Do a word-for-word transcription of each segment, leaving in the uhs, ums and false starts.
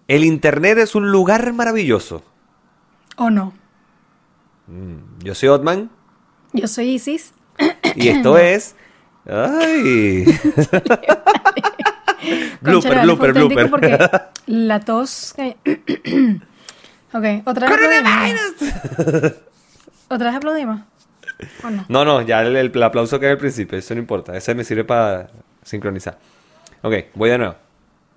El internet es un lugar maravilloso. ¿O no? Mm, Yo soy Otman Yo soy Isis. y esto No. es... ¡Ay! Concha, blooper, vale, fue blooper, auténtico blooper. Porque la tos... que- ok, ¿otra vez aplaudimos? ¿Otra vez aplaudimos? ¿O no? No, no, ya el, el aplauso que hay al principio, eso no importa. Ese me sirve para sincronizar. Ok, voy de nuevo.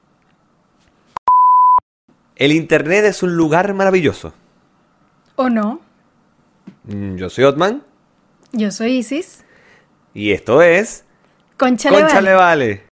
El internet es un lugar maravilloso. ¿O no? Mm, Yo soy Otman Yo soy Isis. y esto es... Concha le Concha le vale. vale.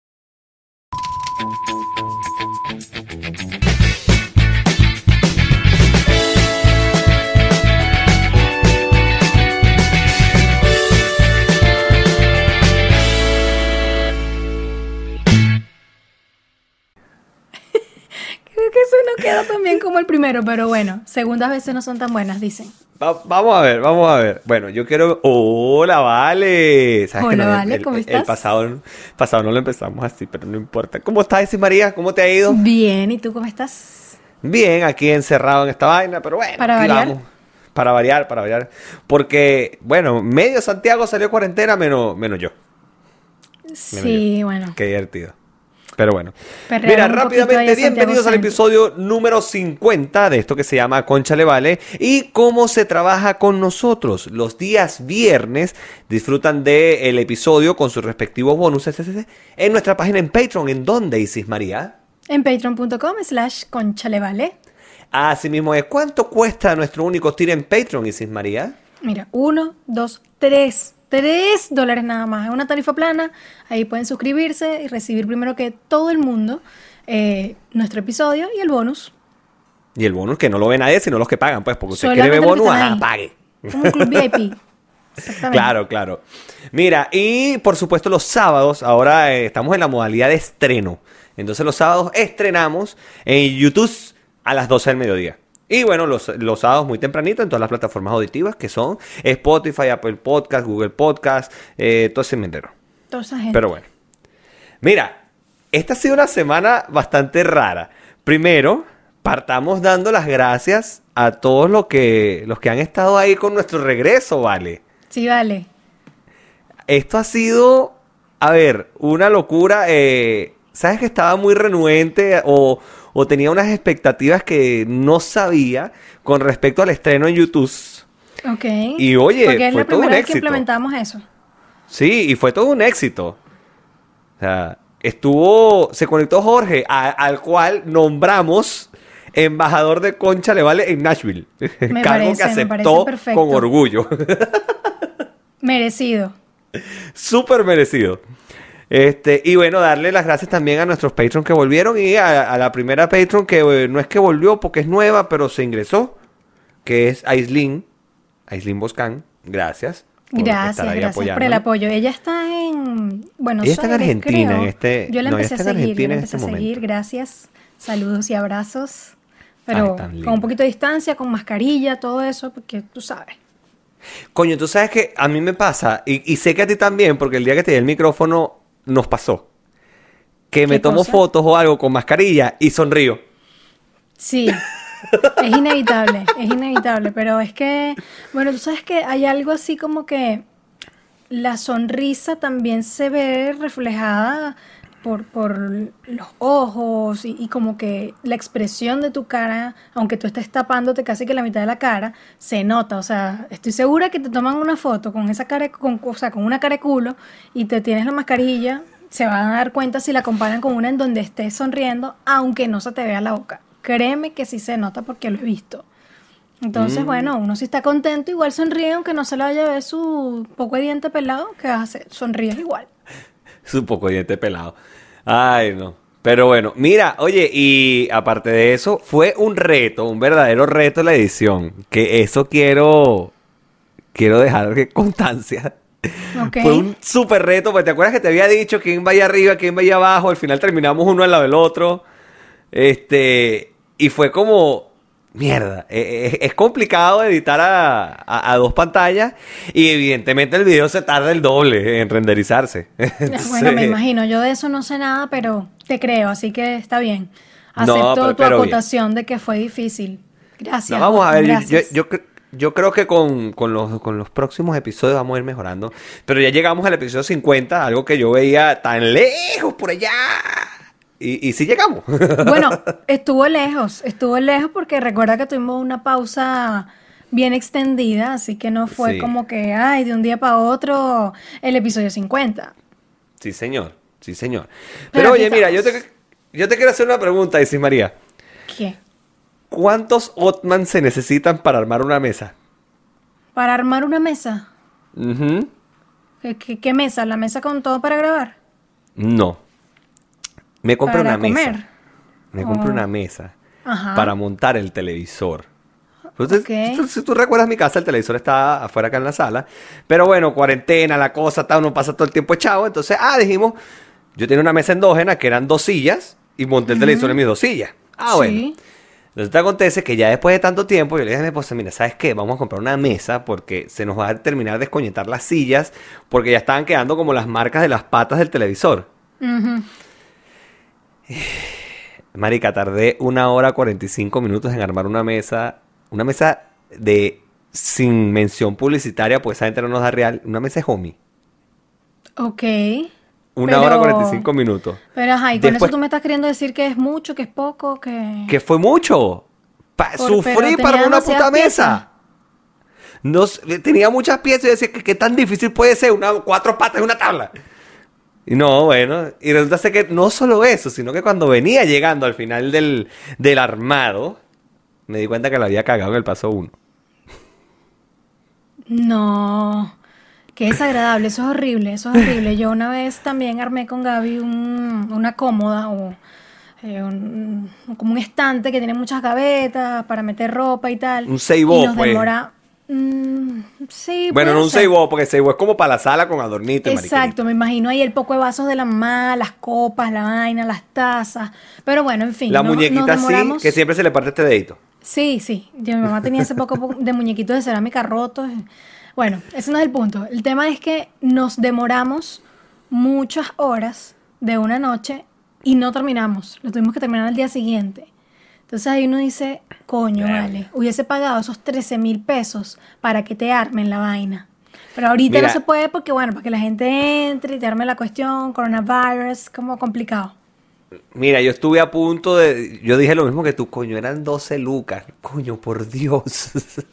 Creo que eso no queda tan bien como el primero, pero bueno, segundas veces no son tan buenas, dicen. Va- vamos a ver, vamos a ver. Bueno, yo quiero... ¡Hola, Vale! ¿Sabes Hola, que no, Vale, el, ¿cómo el- estás? El pasado, pasado no lo empezamos así, pero no importa. ¿Cómo estás, Isis María? ¿Cómo te ha ido? Bien, ¿y tú cómo estás? Bien, aquí encerrado en esta vaina, pero bueno, Para aquí variar. vamos. Para variar, para variar. Porque, bueno, medio Santiago salió cuarentena menos, menos yo. Sí, bueno. Qué divertido. Pero bueno. Perrearon Mira, un poquito ahí rápidamente, en Santiago bienvenidos al Centro. episodio número cincuenta de esto que se llama Concha le vale. Y cómo se trabaja con nosotros. Los días viernes disfrutan del episodio con sus respectivos bonus en nuestra página en Patreon. ¿En dónde, Isis María? En patreon.com slash conchalevale. Asimismo es, ¿cuánto cuesta nuestro único tier en Patreon, Isis María? Mira, uno, dos, tres. Tres dólares nada más. Es una tarifa plana. Ahí pueden suscribirse y recibir primero que todo el mundo eh, nuestro episodio y el bonus. Y el bonus que no lo ve nadie, sino los que pagan, pues, porque usted Solamente quiere ver los que bonus, están ajá, ahí. pague. Como un club V I P. Exactamente. Claro, claro. Mira, y por supuesto los sábados, ahora eh, estamos en la modalidad de estreno. Entonces los sábados estrenamos en YouTube a las doce del mediodía. Y bueno, los, los sábados muy tempranito en todas las plataformas auditivas que son Spotify, Apple Podcast, Google Podcast, eh, todo ese mentero. Toda esa gente. Pero bueno. Mira, esta ha sido una semana bastante rara. Primero, partamos dando las gracias a todos los que, los que han estado ahí con nuestro regreso, ¿vale? Sí, vale. Esto ha sido, a ver, una locura. Eh, ¿Sabes que estaba muy renuente o, o tenía unas expectativas que no sabía con respecto al estreno en YouTube? Ok. Y oye, Porque es fue la todo un primera vez que éxito. implementamos eso. Sí, y fue todo un éxito. O sea, estuvo, se conectó Jorge, a- al cual nombramos embajador de Concha le vale en Nashville. Me Cargo parece, que me parece aceptó perfecto. con orgullo. Merecido. Súper merecido. Este, y bueno, darle las gracias también a nuestros Patreon que volvieron y a, a la primera Patreon que eh, no es que volvió porque es nueva, pero se ingresó, que es Aislinn, Aislinn Boscan. Gracias. por estar Gracias, ahí gracias por el apoyándonos. apoyo. Ella está en Buenos Ella está en Aires, Argentina, creo. en este- Yo la no, ella empecé está a en seguir, yo Argentina la en empecé este a seguir. momento. Gracias, saludos y abrazos. Pero Ay, tan con linda. un poquito de distancia, con mascarilla, todo eso, porque tú sabes. Coño, tú sabes que a mí me pasa, y, y sé que a ti también, porque el día que te di el micrófono nos pasó, que me ¿Qué tomo cosa? fotos o algo con mascarilla y sonrío. Sí, es inevitable, es inevitable, pero es que, bueno, tú sabes que hay algo así como que la sonrisa también se ve reflejada por, por los ojos y, y como que la expresión de tu cara, aunque tú estés tapándote casi que la mitad de la cara, se nota, o sea, estoy segura que te toman una foto con esa cara, con, o sea, con una cara de culo y te tienes la mascarilla, se van a dar cuenta si la comparan con una en donde estés sonriendo, aunque no se te vea la boca. Créeme que sí se nota porque lo he visto. Entonces, Mm. bueno, uno si está contento, igual sonríe, aunque no se le vaya a ver su poco de diente pelado, ¿qué vas a hacer? Sonríes igual. Es un poco diente pelado. Ay, no. Pero bueno, mira, oye, y aparte de eso, fue un reto, un verdadero reto la edición. Que eso quiero, quiero dejar de constancia. Ok. Fue un súper reto, porque te acuerdas que te había dicho quién vaya arriba, quién vaya abajo. Al final terminamos uno al lado del otro. Este, y fue como, mierda, eh, eh, es complicado editar a, a- a dos pantallas. Y evidentemente el video se tarda el doble en renderizarse. Bueno, me Entonces, imagino, yo de eso no sé nada, pero te creo, así que está bien. No, Acepto pero, tu pero bien. acotación de que fue difícil. Gracias, No, vamos a Osman, ver, yo, yo, gracias. yo, cre- yo creo que con, con los, con los próximos episodios vamos a ir mejorando. Pero ya llegamos al episodio cincuenta, algo que yo veía tan lejos por allá. Y, y sí llegamos. Bueno, estuvo lejos, estuvo lejos porque recuerda que tuvimos una pausa bien extendida, así que no fue Sí, como que, ay, de un día para otro el episodio cincuenta. sí, señor. Sí, señor. Pero Pero aquí oye, mira, yo estamos. te, yo te quiero hacer una pregunta, Isis María. ¿Qué? ¿Cuántos Otman se necesitan para armar una mesa? Para armar una mesa. Ujú. ¿Qué, qué- qué mesa? ¿La mesa con todo para grabar? No. Me compré ¿Para una mesa. comer? Me compré Oh, una mesa ajá, para montar el televisor. Entonces, ok. tú- si tú recuerdas mi casa, el televisor está afuera acá en la sala. Pero bueno, cuarentena, la cosa, tal, uno pasa todo el tiempo echado. Entonces, ah, dijimos, yo tenía una mesa endógena que eran dos sillas y monté el televisor en mis dos sillas. Ah, bueno. Sí. Entonces te acontece que ya después de tanto tiempo, yo le dije a mi esposa, mira, ¿sabes qué? Vamos a comprar una mesa porque se nos va a terminar de desconectar las sillas porque ya estaban quedando como las marcas de las patas del televisor. Ujú. Marica, tardé una hora cuarenta y cinco minutos en armar una mesa, una mesa de sin mención publicitaria, pues esa gente no nos da real, una mesa de homie. Ok. Una hora cuarenta y Pero, cinco minutos. pero ajá, y con eso Después, tú me estás queriendo decir que es mucho, que es poco, que... que fue mucho. Pa- Por, sufrí pero para tenía armar una demasiadas puta piezas. mesa. No, s- tenía muchas piezas y decía que qué tan difícil puede ser una cuatro patas y una tabla. Y no, bueno, y resulta ser que no solo eso, sino que cuando venía llegando al final del, del armado, me di cuenta que la había cagado en el paso uno. No, qué desagradable, eso es horrible, eso es horrible. Yo una vez también armé con Gaby un- una cómoda o eh, un- como un estante que tiene muchas gavetas para meter ropa y tal. Un Y Seibo, nos pues. demora... mm, sí, Bueno, puede no un ser. Seibo, porque Seibo es como para la sala con adornito y mariquerito. Exacto, me imagino ahí el poco de vasos de la mamá, las copas, la vaina, las tazas. Pero bueno, en fin, La no- nos muñequita así, demoramos. que siempre se le parte este dedito. Sí, sí. Yo, mi mamá tenía ese poco po- de muñequitos de cerámica rotos. Bueno, ese no es el punto. El tema es que nos demoramos muchas horas de una noche y no terminamos. Lo tuvimos que terminar al día siguiente. Entonces ahí uno dice, coño, Verga. vale, hubiese pagado esos trece mil pesos para que te armen la vaina. Pero ahorita Mira, no se puede porque, bueno, para que la gente entre y te arme la cuestión, coronavirus, como complicado. mira, yo estuve a punto de... Yo dije lo mismo que tú, coño, eran doce lucas. Coño, por Dios.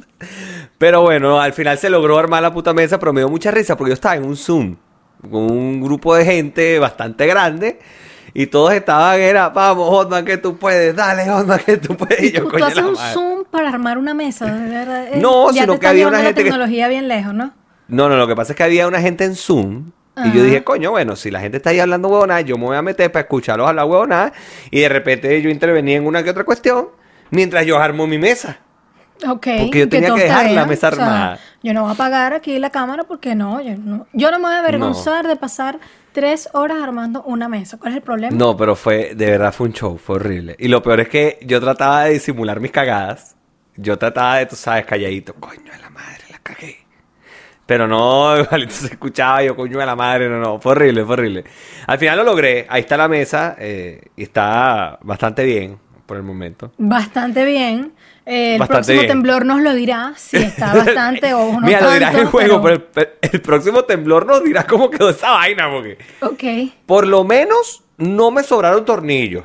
Pero bueno, al final se logró armar la puta mesa, pero me dio mucha risa porque yo estaba en un Zoom con un grupo de gente bastante grande y todos estaban, era, vamos, Hotman, que tú puedes, dale, Hotman, que tú puedes. Y Y yo, tú, tú coño, haces la un madre. Zoom para armar una mesa, de verdad. eh, No, ya sino te que está había una llevando la gente que... tecnología bien lejos, ¿no? No, no, lo que pasa es que había una gente en Zoom y yo Ajá. dije, coño, bueno, si la gente está ahí hablando huevonada, yo me voy a meter para escucharlos hablar huevonada y de repente yo intervenía en una que otra cuestión mientras yo armo mi mesa. Ok, Porque yo tenía todos que te dejar la vean. mesa O sea, armada. yo no voy a apagar aquí la cámara porque no, yo no, yo no me voy a avergonzar de pasar tres horas armando una mesa. ¿Cuál es el problema? No, pero fue, de verdad fue un show, fue horrible. Y lo peor es que yo trataba de disimular mis cagadas. Yo trataba de, tú sabes, calladito. Coño de la madre, la cagué. Pero no, igualito se escuchaba yo, coño de la madre, no, no, fue horrible, fue horrible. Al final lo logré, ahí está la mesa, eh, y está bastante bien por el momento. Bastante bien. Eh, el Bastante próximo bien. temblor nos lo dirá si está bastante o no Mira, lo dirás en tanto, juego, pero... pero el, el próximo temblor nos dirá cómo quedó esa vaina, porque Ok. por lo menos no me sobraron tornillos.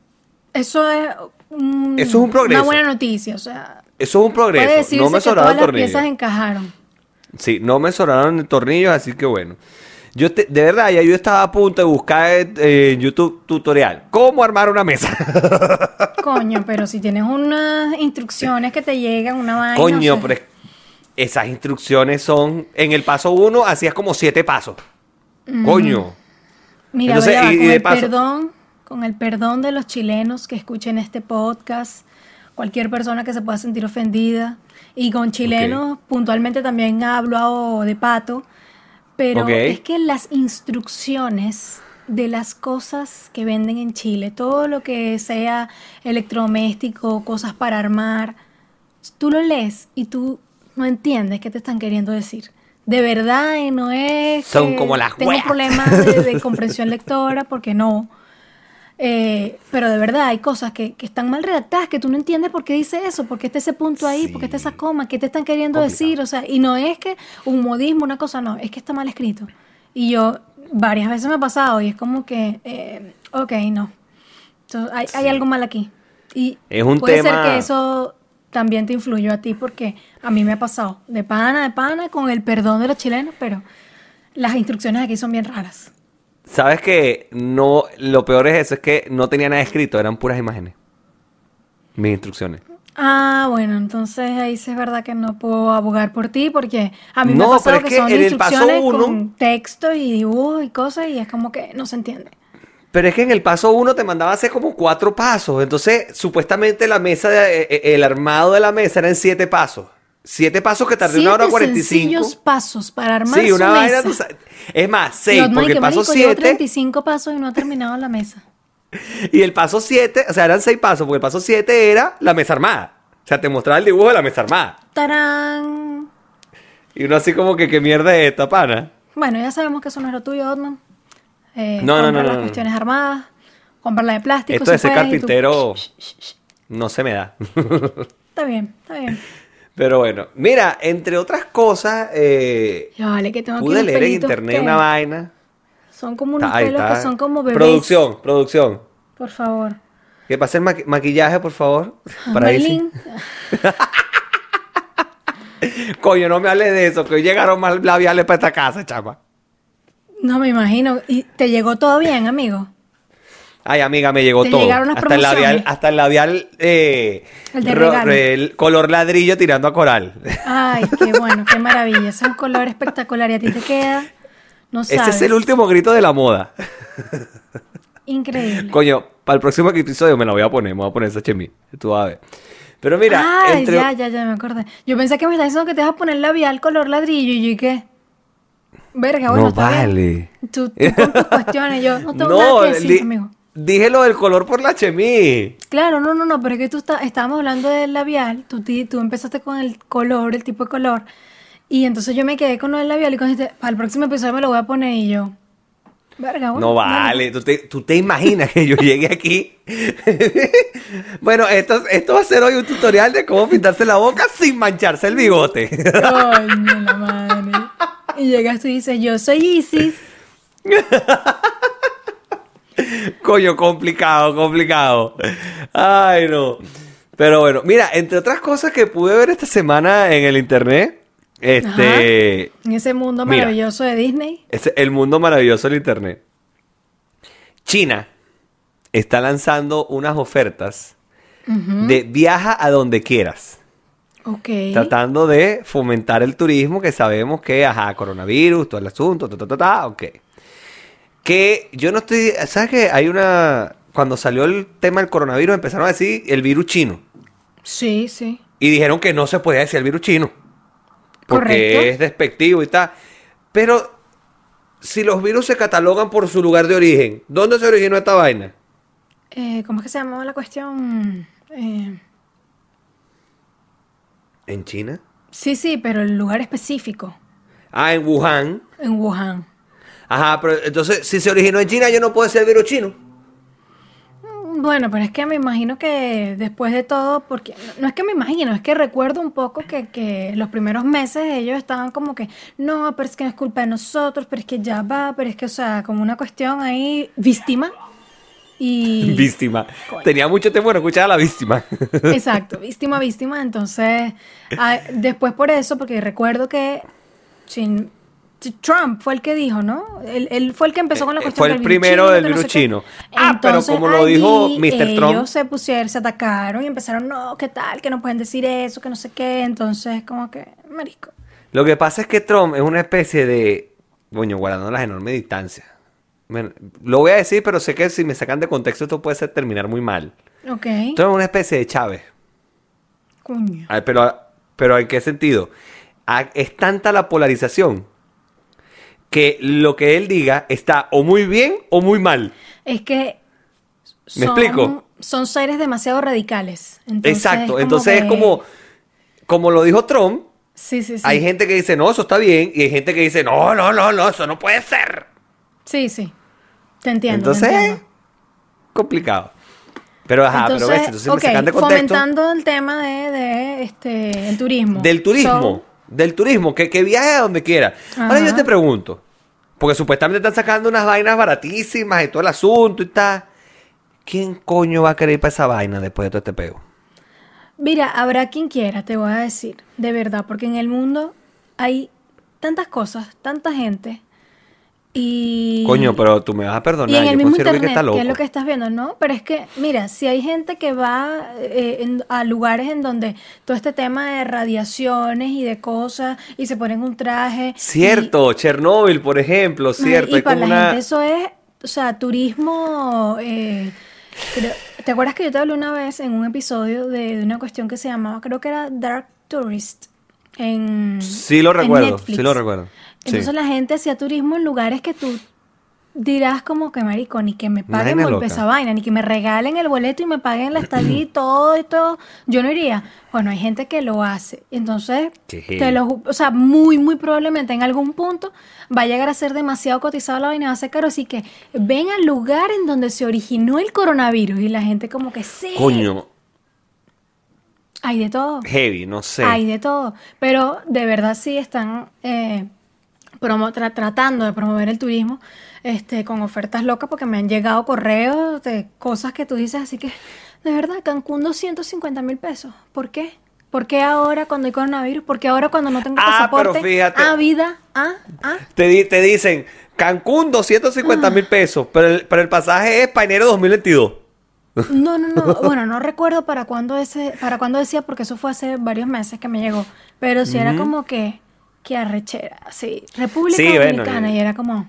Eso es, mm, Eso es un progreso. una buena noticia, o sea, Eso es un puede progreso. decirse No me que sobraron todas las tornillos. piezas encajaron. Sí, no me sobraron tornillos, así que bueno. Yo te- de verdad, ya yo estaba a punto de buscar eh, en YouTube tutorial. ¿Cómo armar una mesa? Coño, pero si tienes unas instrucciones que te llegan, una vaina, Coño, o sea, pero es- esas instrucciones son... En el paso uno hacías como siete pasos. Coño. mira, Entonces, vaya, y- y con de el paso- perdón, con el perdón de los chilenos que escuchen este podcast, cualquier persona que se pueda sentir ofendida, y con chilenos puntualmente también hablo de pato, pero Ok. es que las instrucciones de las cosas que venden en Chile, todo lo que sea electrodoméstico, cosas para armar, tú lo lees y tú no entiendes qué te están queriendo decir. De verdad, y no es Son que como las tengo weas. problemas de, de comprensión lectora, porque no. Eh, pero de verdad hay cosas que, que están mal redactadas, que tú no entiendes por qué dice eso, por qué está ese punto ahí, por qué está esa coma, qué te están queriendo Complicado. decir, o sea, y no es que un modismo, una cosa, no, es que está mal escrito. Y yo varias veces me ha pasado y es como que, eh, ok, no. Entonces, hay, hay Sí. algo mal aquí. Y Es un puede tema- ser que eso también te influyó a ti, porque a mí me ha pasado de pana, de pana, con el perdón de los chilenos, pero las instrucciones aquí son bien raras. ¿Sabes que no, lo peor es eso, es que no tenía nada escrito, eran puras imágenes. Mis instrucciones. Ah, bueno, entonces ahí sí es verdad que no puedo abogar por ti, porque a mí me No, ha pasado pero es que que son en el paso instrucciones uno- con texto y dibujos y cosas y es como que no se entiende. Pero es que en el paso uno te mandaba a hacer como cuatro pasos. Entonces, supuestamente la mesa, de- eh, el armado de la mesa era en siete pasos. Siete pasos que tardé una hora Siete cuarenta y cinco. sencillos pasos para armar Sí, su una vaina. mesa. tú sabes. Es más, Y seis, Otman, porque que el paso marico, llevo siete. treinta y cinco pasos y no ha terminado la mesa. Y el paso siete, o sea, eran seis pasos, porque el paso siete era la mesa armada. O sea, te mostraba el dibujo de la mesa armada. ¡Tarán! Y uno así como que, ¿qué mierda es esta, pana? Bueno, ya sabemos que eso no es lo tuyo, Otman. Eh, No, no, compra no, no, las no. cuestiones armadas, comprarla de plástico. Esto de si ser puedes, y tú- carpintero Shh, shh, shh. no se me da. Está bien, está bien. Pero bueno, mira, entre otras cosas, eh, Ya vale, que tengo aquí pude unos leer en pelitos internet que una vaina. son como unos Está- ahí pelos está. que son como bebés. Producción, producción. Por favor. Que pase el maqui- maquillaje, por favor. Para Izzy. Maylin, Coño, no me hables de eso, que hoy llegaron más labiales para esta casa, chapa. no me imagino. ¿Y te llegó todo bien, amigo? Ay, amiga, me llegó Te todo. llegaron las Hasta el labial, promociones. hasta el labial eh, El de ro- regalo. el color ladrillo tirando a coral. Ay, qué bueno, qué maravilla. Es un color espectacular y a ti te queda. No sabes. Ese es el último grito de la moda. Increíble. Coño, para el próximo episodio me la voy a poner, me voy a poner esa chemi. Tú vas a ver. Pero mira, Ay, entre... ya, ya, ya me acordé. Yo pensé que me estás diciendo que te vas a poner labial color ladrillo y yo, ¿y qué? Verga, bueno, No está vale. bien. Tú, tú con tus cuestiones, yo no tengo No, nada que decir, di- amigo. dije lo del color por la chemi. Claro, no, no, no, pero es que tú está, estábamos hablando del labial, tú, ti- tú empezaste con el color, el tipo de color, y entonces yo me quedé con lo del labial y cuando dijiste, para el próximo episodio me lo voy a poner y yo, verga, bueno, No dale, vale, ¿Tú te, tú te imaginas que yo llegue aquí. Bueno, esto, esto va a ser hoy un tutorial de cómo pintarse la boca sin mancharse el bigote. coño, la madre. Y llegas tú y dices, yo soy Isis. Coño, complicado, complicado. Ay, no. Pero bueno, mira, entre otras cosas que pude ver esta semana en el internet, este, En ese mundo Mira. maravilloso de Disney. es el mundo maravilloso del internet. China está lanzando unas ofertas de viaja a donde quieras. Ok. Tratando de fomentar el turismo, que sabemos que, ajá, coronavirus, todo el asunto, ta, ta, ta, ta, ok. Que yo no estoy, ¿sabes qué? Hay una, cuando salió el tema del coronavirus empezaron a decir el virus chino. Sí, sí. Y dijeron que no se podía decir el virus chino. Porque Correcto. es despectivo y tal. Pero, si los virus se catalogan por su lugar de origen, ¿dónde se originó esta vaina? Eh, ¿cómo es que se llamaba la cuestión? Eh, ¿En China? sí, sí, pero el lugar específico. Ah, en Wuhan. En Wuhan. Ajá, pero entonces, si se originó en China, yo no puedo decir el virus chino. Bueno, pero es que me imagino que después de todo, porque no es que me imagino, es que recuerdo un poco que, que los primeros meses ellos estaban como que, no, pero es que no es culpa de nosotros, pero es que ya va, pero es que, o sea, como una cuestión ahí, víctima. Y... Víctima. Coño. Tenía mucho tiempo de no escuchar a la víctima. Exacto, víctima, víctima. Entonces, ah, después por eso, porque recuerdo que sin, Trump fue el que dijo, ¿no? Él, él fue el que empezó con la Eh, cuestión fue el del virus primero chino, del que no virus sé qué. chino. Ah, pero Entonces, como lo dijo allí mister Trump. ellos se pusieron, se atacaron y empezaron, no, ¿qué tal? Que no pueden decir eso, que no sé qué. Entonces, como que, marisco. Lo que pasa es que Trump es una especie de... Coño, guardando las enormes distancias. Bueno, lo voy a decir, pero sé que si me sacan de contexto esto puede ser terminar muy mal. Ok. Trump es una especie de Chávez. Coño. A ver, pero, pero ¿en qué sentido? Ah, es tanta la polarización que lo que él diga está o muy bien o muy mal. Es que ¿Me son, explico? son seres demasiado radicales. Entonces, Exacto. como Entonces es que- como... Como lo dijo Trump, Sí, sí, sí. hay gente que dice, no, eso está bien. Y hay gente que dice, no, no, no, no, eso no puede ser. Sí, sí. Te entiendo. te Entonces, entiendo. complicado. Pero ajá, Entonces, pero ves, entonces ok, me sacan de contexto. fomentando el tema de, de este, el turismo. Del turismo, So, del turismo, que, que viaje a donde quiera. Ahora Ajá. yo te pregunto, porque supuestamente están sacando unas vainas baratísimas y todo el asunto y tal. ¿Quién coño va a querer ir para esa vaina después de todo este peo? mira, habrá quien quiera, te voy a decir, de verdad, porque en el mundo hay tantas cosas, tanta gente y... Coño, pero tú me vas a Y perdonar, en el yo mismo considero que internet, está loco. que es lo que estás viendo, ¿no? Pero es que, mira, si hay gente que va eh, en- a lugares en donde todo este tema de radiaciones y de cosas, y se ponen un traje, y, Cierto, Chernóbil, por ejemplo, cierto. y Hay para como la una... gente eso es, o sea, turismo... eh, creo- ¿te acuerdas que yo te hablé una vez en un episodio de, de una cuestión que se llamaba, creo que era Dark Tourist, en, Sí lo en recuerdo, Netflix? sí lo recuerdo. Sí. Entonces la gente hacía turismo en lugares que tú dirás como que marico, ni que me Una paguen vaina por loca. esa vaina, ni que me regalen el boleto y me paguen la estadía y todo y todo, yo no iría. Bueno, hay gente que lo hace. Entonces, Sí. te lo, ju- o sea, muy, muy probablemente en algún punto va a llegar a ser demasiado cotizado la vaina, va a ser caro. Así que ven al lugar en donde se originó el coronavirus y la gente como que sí, Coño, hay de todo. heavy, no sé. Hay de todo, pero de verdad sí están eh, promo- tra- tratando de promover el turismo este, con ofertas locas porque me han llegado correos de cosas que tú dices, así que de verdad, Cancún doscientos cincuenta mil pesos. ¿Por qué? ¿Por qué ahora cuando hay coronavirus? ¿Por qué ahora cuando no tengo Ah, pero pasaporte? fíjate. Ah, vida, ah, ah. Te, di- te dicen, Cancún, doscientos cincuenta mil pesos, pero el, pero el pasaje es para enero dos mil veintidós. No, no, no. Bueno, no recuerdo para cuándo ese, para cuándo decía, porque eso fue hace varios meses que me llegó. Pero sí era como que, que arrechera, sí. República Sí, bueno, Dominicana, y- y era como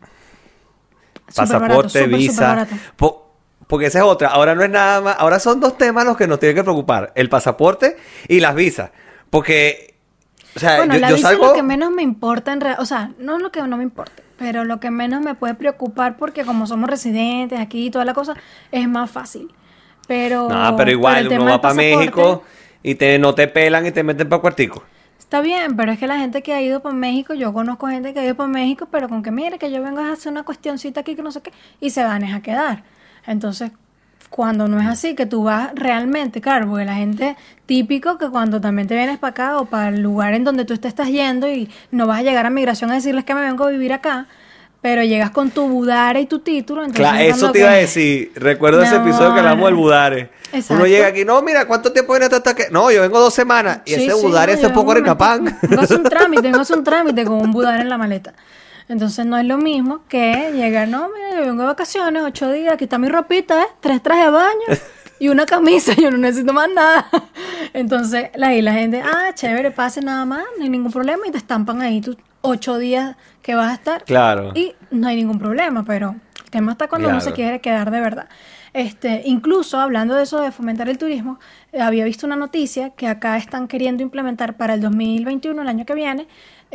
súper barato, Pasaporte, súper, súper visa. barato. Po- porque esa es otra. Ahora no es nada más. Ahora son dos temas los que nos tienen que preocupar: el pasaporte y las visas. Porque, o sea, Bueno, yo, la yo visa salgo. es lo que menos me importa en realidad, o sea, no es lo que no me importa, pero lo que menos me puede preocupar porque como somos residentes aquí y toda la cosa, es más fácil. Pero, No, pero igual, el uno tema va del para pasaporte, México y te, no te pelan y te meten para cuartico. está bien, pero es que la gente que ha ido para México, yo conozco gente que ha ido para México, pero con que mire que yo vengo a hacer una cuestioncita aquí que no sé qué, y se van a quedar. Entonces, cuando no es así, que tú vas realmente, claro, porque la gente típico que cuando también te vienes para acá o para el lugar en donde tú te estás yendo y no vas a llegar a migración a decirles que me vengo a vivir acá, pero llegas con tu budare y tu título, entonces Claro, es eso cuando te iba a que- decir. Recuerdo Mi ese episodio que hablamos amor. del Budare. Exacto. Uno llega aquí, no, mira, ¿cuánto tiempo viene hasta que? No, yo vengo dos semanas. Y Sí, ese sí, Budare no, ese yo poco un Arenapán. momentico, vengo a hacer un trámite, vengo a hacer un trámite con un budar en la maleta. Entonces no es lo mismo que llegar, no, mira, yo vengo de vacaciones, ocho días, aquí está mi ropita, ¿eh? Tres trajes de baño y una camisa, yo no necesito más nada. Entonces ahí la gente, ah, chévere, pase nada más, no hay ningún problema y te estampan ahí tus ocho días que vas a estar. Claro. Y no hay ningún problema, pero el tema está cuando uno se Claro. quiere quedar de verdad. Este, incluso hablando de eso de fomentar el turismo, eh, había visto una noticia que acá están queriendo implementar para el dos mil veintiuno, el año que viene,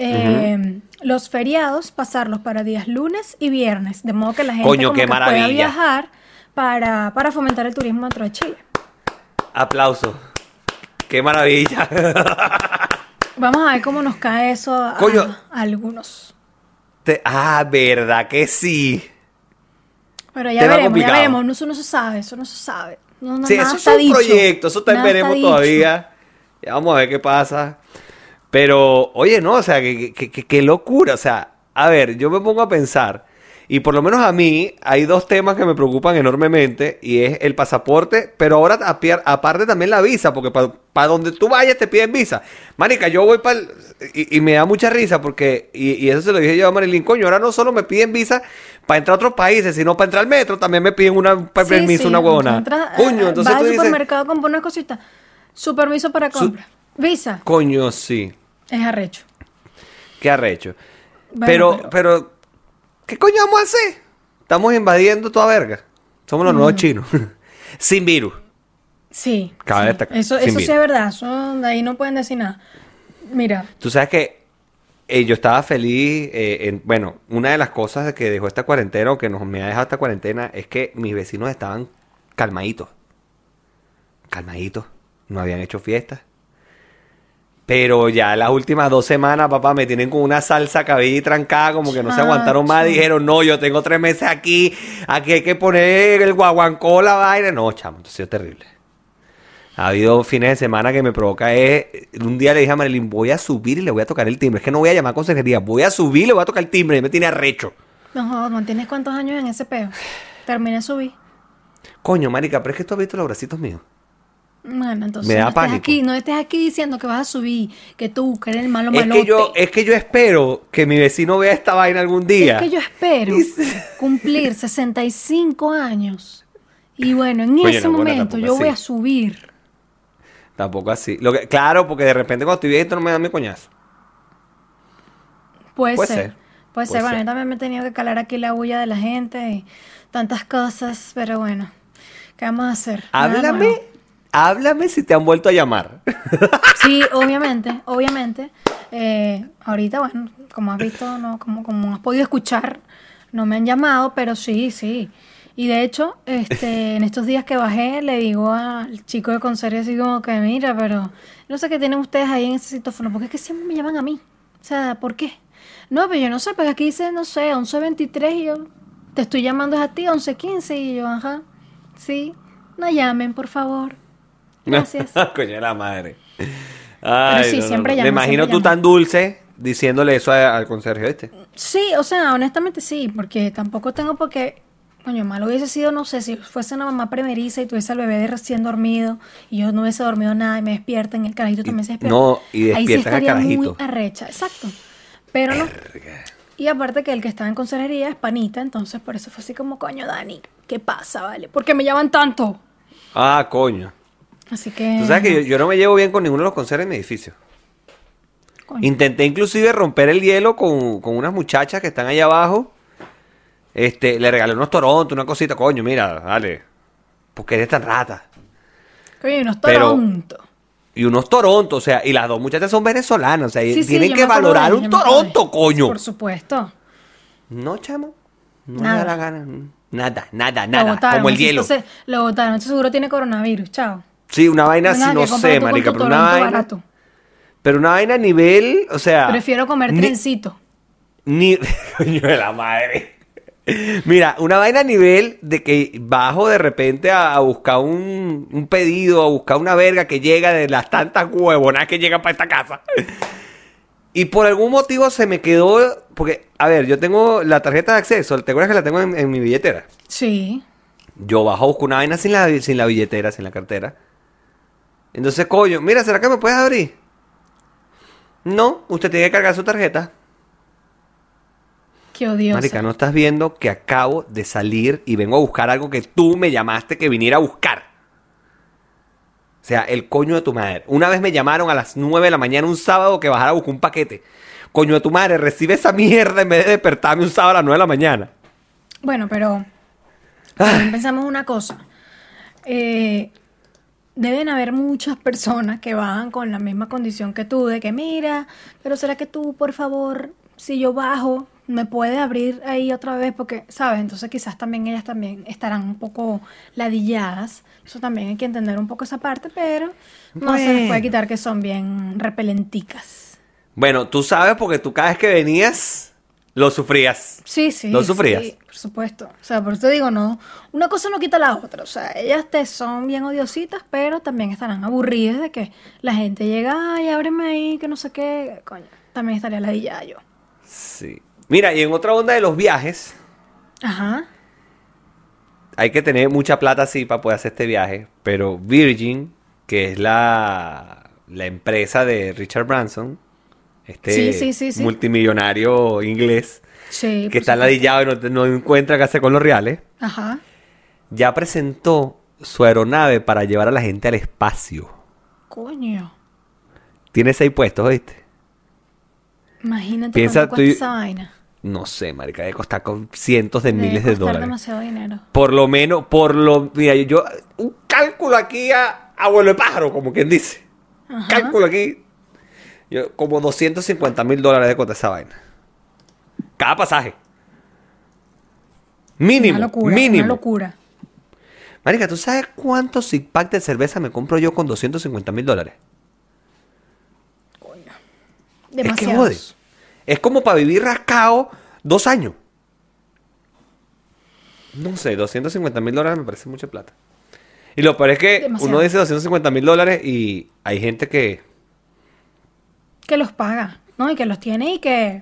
eh, los feriados, pasarlos para días lunes y viernes, de modo que la gente Coño, como qué que pueda maravilla. viajar para, para fomentar el turismo dentro de Chile. Aplauso. Qué maravilla. Vamos a ver cómo nos cae eso a, Coño. a algunos. Te- ah, verdad que sí. Pero ya Tema veremos, complicado. ya veremos. No, eso no se sabe, eso no se sabe. No, no, Sí, nada eso está es un dicho. proyecto, eso también Nada está veremos dicho. todavía. Ya vamos a ver qué pasa. Pero, oye, no, o sea, que, que- que- qué locura. O sea, a ver, yo me pongo a pensar, y por lo menos a mí, hay dos temas que me preocupan enormemente, y es el pasaporte, pero ahora apiar- aparte también la visa, porque para donde tú vayas te piden visa. Marica, yo voy para y, y me da mucha risa, porque, y, y eso se lo dije yo a Marilyn, coño, ahora no solo me piden visa para entrar a otros países, sino para entrar al metro, también me piden una, un Sí, permiso, sí, una huevona. entras, Coño, eh, entonces vas tú al dices, supermercado a comprar unas cositas. Su permiso para Su- compra. Visa. coño, sí. Es arrecho. Qué arrecho. Bueno, pero, pero- pero, ¿qué coño vamos a hacer? Estamos invadiendo toda verga. Somos los Mm. nuevos chinos. Sin virus. Sí. Cabe sí. destacar, Eso, sin eso sí virus. es verdad. Eso, de ahí no pueden decir nada. Mira. Tú sabes que eh, yo estaba feliz. eh, en- bueno, una de las cosas que dejó esta cuarentena o que nos me ha dejado esta cuarentena es que mis vecinos estaban calmaditos. Calmaditos. No habían hecho fiestas. Pero ya las últimas dos semanas, papá, me tienen con una salsa cabilla y trancada, como que no se aguantaron más. Chacho. Dijeron, no, yo tengo tres meses aquí, aquí hay que poner el guaguancó, la vaina. No, chamo, esto ha sido terrible. Ha habido fines de semana que me provoca es... Un día le dije a Marilyn, voy a subir y le voy a tocar el timbre. Es que no voy a llamar a consejería, voy a subir y le voy a tocar el timbre. Y me tiene arrecho. No, no tienes cuántos años en ese peo. Terminé de subir. Coño, marica, pero es que tú has visto los bracitos míos. Bueno, entonces Me da no estés pánico. aquí, no estés aquí diciendo que vas a subir, que tú, que eres el malo Es malote. que, yo, es que yo espero que mi vecino vea esta vaina algún día. Es que yo espero Y se- cumplir sesenta y cinco años. Y bueno, en Coño, ese no, bueno, momento tampoco yo voy así. a subir. Tampoco así. Lo que, claro, porque de repente cuando estoy viejito no me da mi coñazo. Puede, Puede ser. ser. Puede ser. Puede Bueno, ser. yo también me he tenido que calar aquí la bulla de la gente y tantas cosas, pero bueno, ¿qué vamos a hacer? Nada Háblame, nuevo. háblame si te han vuelto a llamar. Sí, obviamente, obviamente. Eh, ahorita, bueno, como has visto, no, como, como has podido escuchar, no me han llamado, pero sí, sí. Y de hecho, este, en estos días que bajé, le digo al chico de conserje así como que, mira, pero no sé qué tienen ustedes ahí en ese citófono, porque es que siempre me llaman a mí. O sea, ¿por qué? No, pero yo no sé, pues aquí dice, no sé, once veintitrés y yo te estoy llamando es a ti, once quince y yo, ajá, sí, no llamen, por favor. Gracias. Coño de la madre. Ay, sí, no, no, siempre no. llama, Me imagino siempre tú llama. tan dulce diciéndole eso a- al conserje, ¿viste? Sí, o sea, honestamente sí, porque tampoco tengo por qué, coño, malo hubiese sido, no sé, si fuese una mamá primeriza y tuviese al bebé de recién dormido y yo no hubiese dormido nada y me despierta en el carajito también se despierta. no, y Ahí sí despiertan al estaría carajito. muy arrecha, exacto. Pero no. Y aparte que el que estaba en consejería es panita, entonces por eso fue así como, coño, Dani, ¿qué pasa, vale? ¿Por qué me llaman tanto? Ah, coño. Así que... Tú sabes que yo, yo no me llevo bien con ninguno de los conserjes en mi edificio. coño. Intenté inclusive romper el hielo con, con unas muchachas que están allá abajo. Este, le regalé unos torontos, una cosita. Coño, mira, dale. ¿Por qué eres tan rata? Coño, unos pero- torontos. Y unos torontos, o sea, y las dos muchachas son venezolanas, o sea, y Sí, sí, tienen yo que me acuerdo de valorar ellas, un yo me acuerdo de toronto, ellas. coño. Por supuesto. No, chamo. No Nada. me da la gana. Nada, nada, Lo nada. botaron. Como el entonces, hielo. entonces, lo botaron. Entonces seguro tiene coronavirus. Chao. Sí, una vaina así, Nada no que comprar sé, tú con marica, tu pero una Toronto vaina. barato. Pero una vaina a nivel, o sea. Prefiero comer ni- trencito. Ni. Coño de la madre. Mira, una vaina a nivel de que bajo de repente a, a buscar un, un pedido, a buscar una verga que llega de las tantas huevonas que llegan para esta casa. Y por algún motivo se me quedó. Porque, a ver, yo tengo la tarjeta de acceso, ¿te acuerdas que la tengo en, en mi billetera? Sí. Yo bajo a buscar una vaina sin la, sin la billetera, sin la cartera. Entonces, coño, mira, ¿será que me puedes abrir? No, usted tiene que cargar su tarjeta. Qué odioso. Marica, no estás viendo que acabo de salir y vengo a buscar algo que tú me llamaste que viniera a buscar. O sea, el coño de tu madre. Una vez me llamaron a las nueve de la mañana un sábado que bajara a buscar un paquete. Coño de tu madre, recibe esa mierda en vez de despertarme un sábado a las nueve de la mañana. Bueno, pero Ah. también pensamos una cosa. Eh, deben haber muchas personas que bajan con la misma condición que tú, de que mira, pero ¿será que tú, por favor, si yo bajo, me puedes abrir ahí otra vez? Porque, ¿sabes? Entonces quizás también ellas también estarán un poco ladilladas. Eso también hay que entender un poco esa parte, pero no se les puede Bueno. quitar que son bien repelenticas. Bueno, tú sabes porque tú cada vez que venías lo sufrías. Sí, sí. ¿Lo sufrías? Sí, por supuesto. O sea, por eso te digo, no, una cosa no quita la otra. O sea, ellas te son bien odiositas, pero también estarán aburridas de que la gente llega, ay, ábreme ahí, que no sé qué. Coño, también estaría ladillada yo. Sí. Mira, y en otra onda de los viajes, Ajá. hay que tener mucha plata así para poder hacer este viaje. Pero Virgin, que es la, la empresa de Richard Branson, este Sí, sí, sí, sí. multimillonario inglés, Sí. que por está supuesto. ladillado y no, no encuentra qué hacer con los reales, Ajá. ya presentó su aeronave para llevar a la gente al espacio. Coño. Tiene seis puestos, ¿viste? Imagínate Piensa cuánto tú cuesta y- esa vaina. No sé, marica, debe costar con cientos de Debe miles de costar dólares. demasiado dinero. Por lo menos, por lo... Mira, yo... yo- un cálculo aquí a abuelo de pájaro, como quien dice. Ajá. Cálculo aquí. Yo, como doscientos cincuenta mil dólares de cuota esa vaina. Cada pasaje. Mínimo. Una locura, mínimo. una locura. Marica, ¿tú sabes cuántos six pack de cerveza me compro yo con doscientos cincuenta mil dólares? Es que jode. Es como para vivir rascado dos años. No sé, doscientos cincuenta mil dólares me parece mucha plata. Y lo peor es que demasiado. Uno dice doscientos cincuenta mil dólares y hay gente que... Que los paga, ¿no? Y que los tiene y que...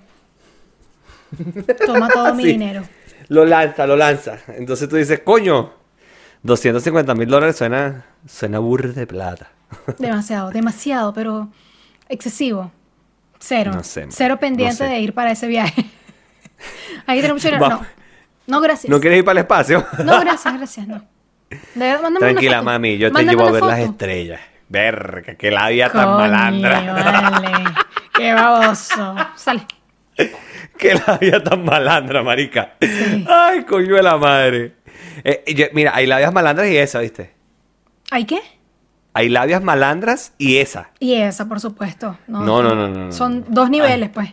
Toma todo mi sí. dinero. Lo lanza, lo lanza. Entonces tú dices, coño, doscientos cincuenta mil dólares suena, suena burro de plata. Demasiado, demasiado, pero excesivo. Cero. No sé, Cero pendiente no sé. de ir para ese viaje. Ahí tenemos mucho dinero. No. No, gracias. ¿No quieres ir para el espacio? No, gracias, gracias, no. De, Tranquila, mami, yo te mándame llevo a ver foto. las estrellas. Verga, que la vida tan malandra. Vale. Qué baboso. Sale. Que la vida tan malandra, marica. Sí. Ay, coño de la madre. Eh, yo, mira, hay labias malandras y esa, ¿viste? ¿Hay qué? Hay labias malandras y esa. Y esa, por supuesto. No, no, no, no. no, no Son no. dos niveles, Ay. pues.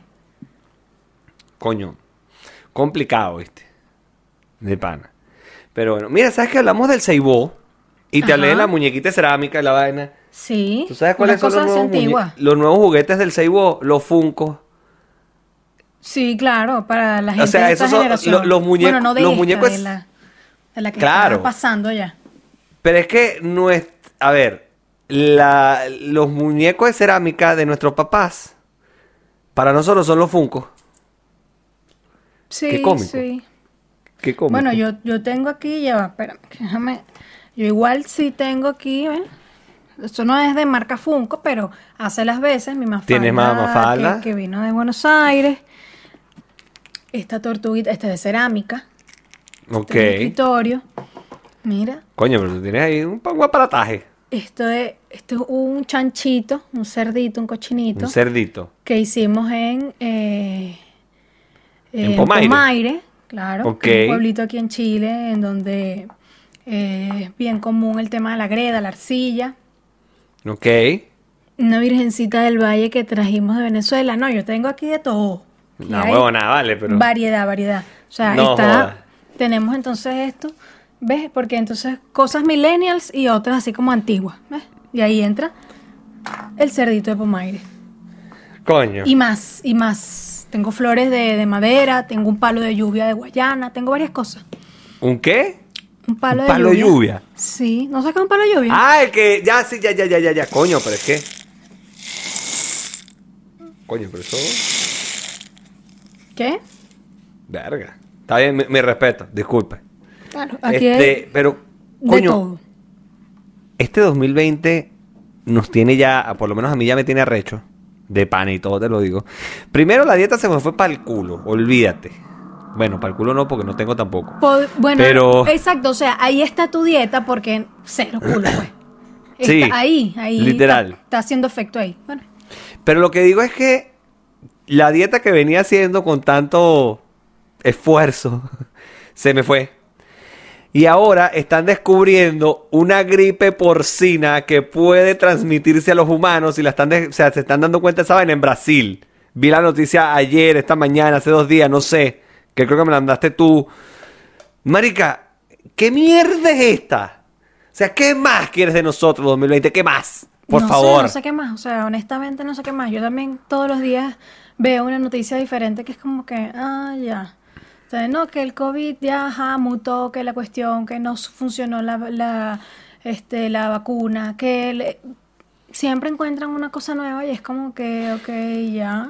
Coño. Complicado, ¿viste? De pana. Pero bueno, mira, ¿sabes que hablamos del Seibó? Y te Ajá. hablé de la muñequita de cerámica y la vaina. Sí. ¿Tú sabes cuáles son los nuevos, muñe- los nuevos juguetes del Seibó? Los Funkos. Sí, claro, para la gente O sea, de esta esos son generación. lo- los muñecos- bueno, no de los esta, muñecos de es- la, de la que Claro. está pasando ya. Pero es que no es... A ver, la, los muñecos de cerámica de nuestros papás, para nosotros son los Funkos. Sí, Qué cómico. sí. Qué cómico. Bueno, yo, yo tengo aquí, ya va, espérame, que déjame. Yo igual sí tengo aquí, ¿ven? Esto no es de marca Funko, pero hace las veces mi mafalda. ¿Tienes más mafalda? Que, que vino de Buenos Aires. Esta tortuguita, esta es de cerámica. Ok. Este es de escritorio. Mira. Coño, pero tú tienes ahí un un aparataje. Esto es, esto es un chanchito, un cerdito, un cochinito. Un cerdito. Que hicimos en... Eh, En Pomaire. Pomaire, claro. Ok. Un pueblito aquí en Chile, en donde eh, es bien común el tema de la greda, la arcilla. Ok. Una virgencita del valle que trajimos de Venezuela. No, yo tengo aquí de todo. Aquí No, hay huevo, nada, vale, pero... Variedad, variedad. O sea, No está... jodas. Tenemos entonces esto, ¿ves? Porque entonces cosas millennials y otras así como antiguas, ¿ves? Y ahí entra el cerdito de Pomaire. Coño. Y más, y más. Tengo flores de, de madera, tengo un palo de lluvia de Guayana, tengo varias cosas. ¿Un qué? Un palo, ¿Un palo de de lluvia. lluvia? Sí, ¿no sacas un palo de lluvia? Ah, el que... Ya, sí, ya, ya, ya, ya, ya. Coño, pero es que... Coño, pero eso... ¿Qué? Verga. Está bien, mi, mi respeto. Disculpe. Claro, aquí Este, hay pero, de coño, todo. este dos mil veinte nos tiene ya, por lo menos a mí ya me tiene arrecho. De pana y todo, te lo digo. Primero, la dieta se me fue para el culo. Olvídate. Bueno, para el culo no, porque no tengo tampoco. Po- bueno, Pero- exacto, o sea, ahí está tu dieta porque cero culo, pues. Está Sí, ahí, ahí. literal. Está, está haciendo efecto ahí. Bueno, Pero lo que digo es que la dieta que venía haciendo con tanto esfuerzo se me fue. Y ahora están descubriendo una gripe porcina que puede transmitirse a los humanos y la están de- o sea, se están dando cuenta de esa vaina en Brasil. Vi la noticia ayer, esta mañana, hace dos días, no sé, que creo que me la mandaste tú. Marica, ¿qué mierda es esta? O sea, ¿qué más quieres de nosotros dos mil veinte? ¿Qué más? Por no favor. sé, no sé qué más, o sea, honestamente no sé qué más. Yo también todos los días veo una noticia diferente que es como que, ah, ya. O sea, no, que el COVID ya ajá, mutó, que la cuestión, que no funcionó la, la, este, la vacuna, que le- siempre encuentran una cosa nueva y es como que, ok, ya.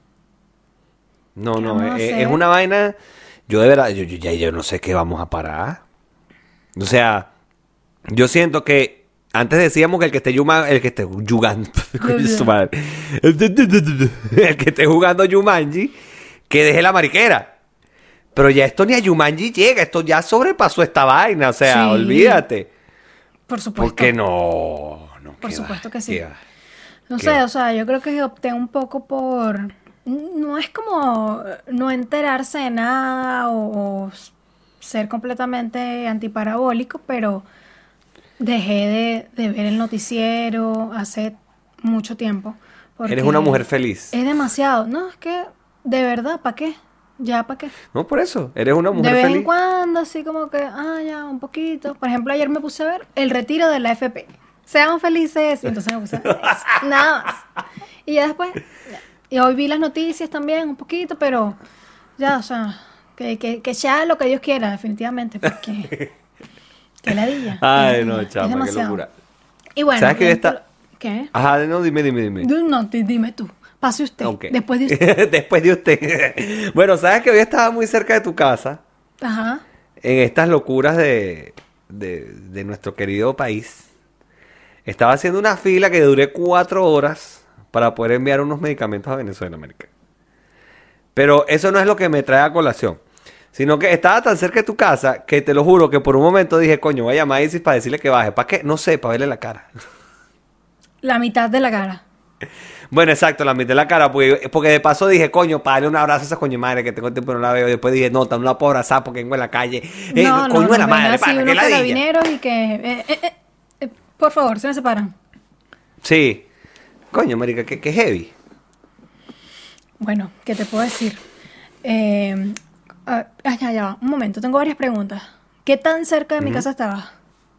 No, ¿Qué no, vamos a es, hacer? es una vaina. Yo de verdad, yo, yo- ya yo no sé qué vamos a parar. O sea, yo siento que antes decíamos que el que esté yuma, el que esté jugando, coño, su madre. el que esté jugando Jumanji, que deje la mariquera. Pero ya esto ni a Jumanji llega, esto ya sobrepasó esta vaina, o sea, Sí. olvídate. Por supuesto. Porque no, no Por qué supuesto va, que sí. qué va. No ¿Qué sé, va? o sea, yo creo que opté un poco por... No es como no enterarse de nada o, o ser completamente antiparabólico, pero dejé de, de ver el noticiero hace mucho tiempo. porque Eres una mujer feliz. Es demasiado. No, es que, de verdad, ¿para qué? Ya, ¿para qué? No, por eso, eres una De mujer vez feliz. en cuando, así como que, ah, ya, un poquito. Por ejemplo, ayer me puse a ver el retiro de la F P. Sean felices. Y entonces me puse a ver eso. Nada más. Y ya después, ya. Y hoy vi las noticias también un poquito, pero ya, o sea, que, que, que sea lo que Dios quiera, definitivamente, porque qué ladilla. Ay, qué no, ladilla, es chama, qué demasiado. locura. Y bueno, ¿Sabes que yo dentro- está? ¿qué? Ajá, no, dime, dime, dime. No, di- dime tú. Pase usted. Ok. Después de usted. Después de usted. Bueno, ¿sabes que hoy estaba muy cerca de tu casa? Ajá. En estas locuras de, de, de nuestro querido país. Estaba haciendo una fila que duré cuatro horas para poder enviar unos medicamentos a Venezuela, América. Pero eso no es lo que me trae a colación. Sino que estaba tan cerca de tu casa que te lo juro que por un momento dije, coño, voy a llamar a Isis para decirle que baje. ¿Para qué? No sé, para verle la cara. La mitad de la cara. Bueno, exacto, la mitad de la cara, porque, porque de paso dije, coño, para darle un abrazo a esa coño madre que tengo tiempo que no la veo. Y después dije, no, no la puedo abrazar porque vengo en la calle. Eh, No, no, coño no, de la ven madre, así pana, que unos ladilla. carabineros y que... eh, eh, eh, eh, por favor, se me separan. Sí. Coño, marica, que, que heavy. Bueno, ¿qué te puedo decir? Eh, ah, ah, ya, ya va. Un momento, tengo varias preguntas. ¿Qué tan cerca de mi casa estaba?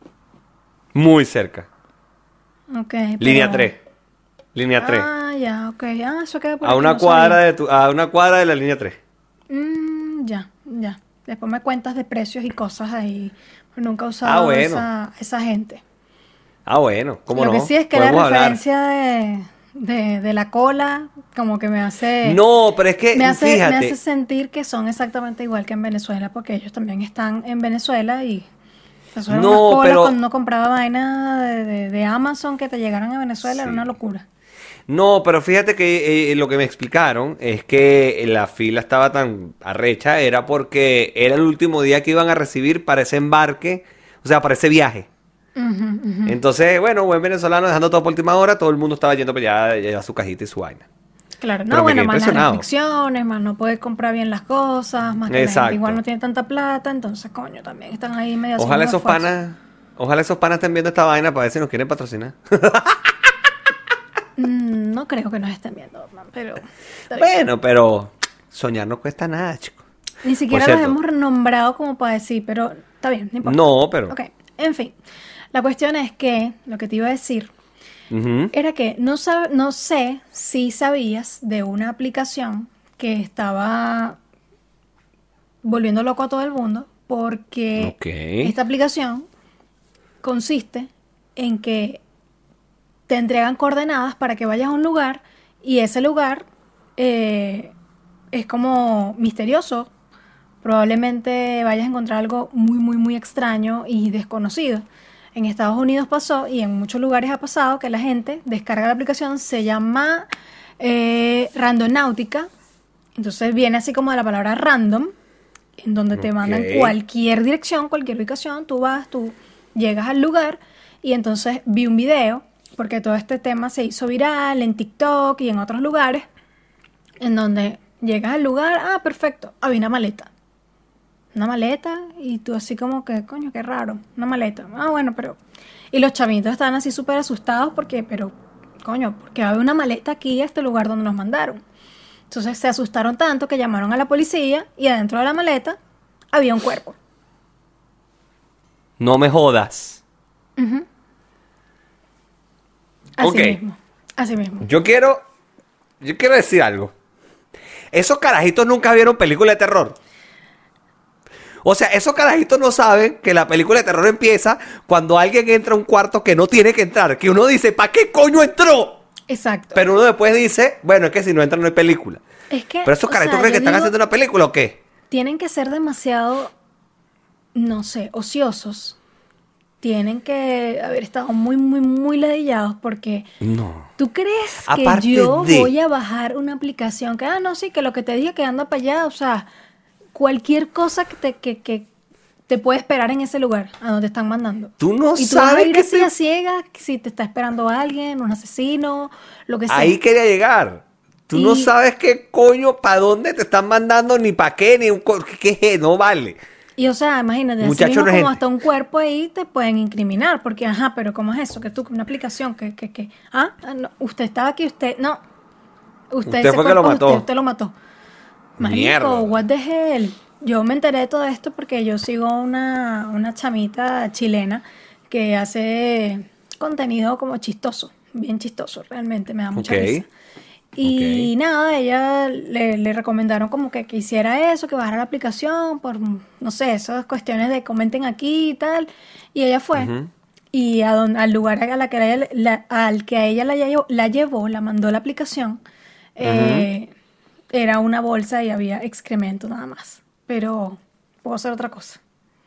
Muy cerca. Ok, Línea pero- tres. Línea tres. Ah, ya, ok. Ah, eso queda por A aquí, una no cuadra sabía. de tu, a una cuadra de la línea tres. Mm, ya, ya. Después me cuentas de precios y cosas ahí. Nunca he usado Ah, bueno. esa, esa gente. Ah, bueno, ¿cómo Lo no? que sí es que la Podemos hablar. referencia de, de, de la cola, como que me hace... No, pero es que, Me hace, me fíjate. hace sentir que son exactamente igual que en Venezuela, porque ellos también están en Venezuela y eso eran No, unas colas pero- cuando uno compraba vaina de, de- de Amazon que te llegaran a Venezuela, era Sí. una locura. No, pero fíjate que eh, lo que me explicaron es que la fila estaba tan arrecha, era porque era el último día que iban a recibir para ese embarque, o sea, para ese viaje. Ujú, ujú. Entonces, bueno, buen venezolano dejando todo por última hora, todo el mundo estaba yendo para allá, allá a su cajita y su vaina. Claro, no, Pero me bueno, quedé más las impresionado. restricciones, más no poder comprar bien las cosas, más que la Exacto. gente igual no tiene tanta plata, entonces, coño, también están ahí medio Ojalá haciendo esos un esfuerzo. panas, ojalá esos panas estén viendo esta vaina para ver si nos quieren patrocinar. Mm, no creo que nos estén viendo, man, pero está bien. Bueno, pero soñar no cuesta nada, chicos. Ni siquiera Por los cierto. hemos nombrado como para decir, pero está bien, no importa. No, pero. Ok, en fin. La cuestión es que, lo que te iba a decir, Ujú. era que no, sab- no sé si sabías de una aplicación que estaba volviendo loco a todo el mundo, porque Ok. esta aplicación consiste en que te entregan coordenadas para que vayas a un lugar y ese lugar eh, es como misterioso. Probablemente vayas a encontrar algo muy, muy, muy extraño y desconocido. En Estados Unidos pasó y en muchos lugares ha pasado que la gente descarga la aplicación, se llama eh, Randonáutica. Entonces viene así como de la palabra random, en donde te mandan Ok. cualquier dirección, cualquier ubicación. Tú vas, tú llegas al lugar y entonces vi un video, porque todo este tema se hizo viral en TikTok y en otros lugares, en donde llegas al lugar, ah, perfecto, había una maleta. Una maleta y tú así como que, coño, qué raro, una maleta. Ah, bueno, pero... Y los chavitos estaban así súper asustados porque, pero, coño, porque había una maleta aquí a este lugar donde nos mandaron. Entonces se asustaron tanto que llamaron a la policía y adentro de la maleta había un cuerpo. No me jodas. Así Ok. mismo, así mismo. Yo quiero. Yo quiero decir algo. Esos carajitos nunca vieron película de terror. O sea, esos carajitos no saben que la película de terror empieza cuando alguien entra a un cuarto que no tiene que entrar. Que uno dice, ¿para qué coño entró? Exacto. Pero uno después dice, bueno, es que si no entra no hay película. es que, Pero esos o carajitos sea, creen que yo están digo, haciendo una película o qué. tienen que ser demasiado, no sé, ociosos. Tienen que haber estado muy, muy, muy ladillados porque No. ¿tú crees Aparte que yo de- voy a bajar una aplicación? Que, ah, no, sí, que lo que te dije que anda para allá, o sea, cualquier cosa que te, que, que te puede esperar en ese lugar a donde te están mandando. Tú no y tú vas a sabes ir que así te- a ciegas, si te está esperando alguien, un asesino, lo que sea. Ahí quería llegar. Tú no Y- sabes qué coño, para dónde te están mandando, ni para qué, ni un co- qué, qué, no vale. Y o sea, imagínate, así Muchacho, mismo no es como gente. hasta un cuerpo ahí te pueden incriminar, porque ajá, pero ¿cómo es eso? Que tú, una aplicación, que, que, que, ah, ah, no, usted estaba aquí, usted, no, usted, Usted ese fue que lo cuerpo, mató. Usted, usted lo mató. Mierda. Marico, what the hell. Yo me enteré de todo esto porque yo sigo una, una chamita chilena que hace contenido como chistoso, bien chistoso, realmente, me da mucha Ok. risa. Y Ok. nada, ella le, le recomendaron como que, que hiciera eso, que bajara la aplicación por, no sé, esas cuestiones de comenten aquí y tal. Y ella fue. Ujú. Y a don- al lugar a la que a ella, la- al que a ella la, lle- la llevó, la mandó la aplicación, Ujú. eh, era una bolsa y había excremento nada más. Pero puedo hacer otra cosa.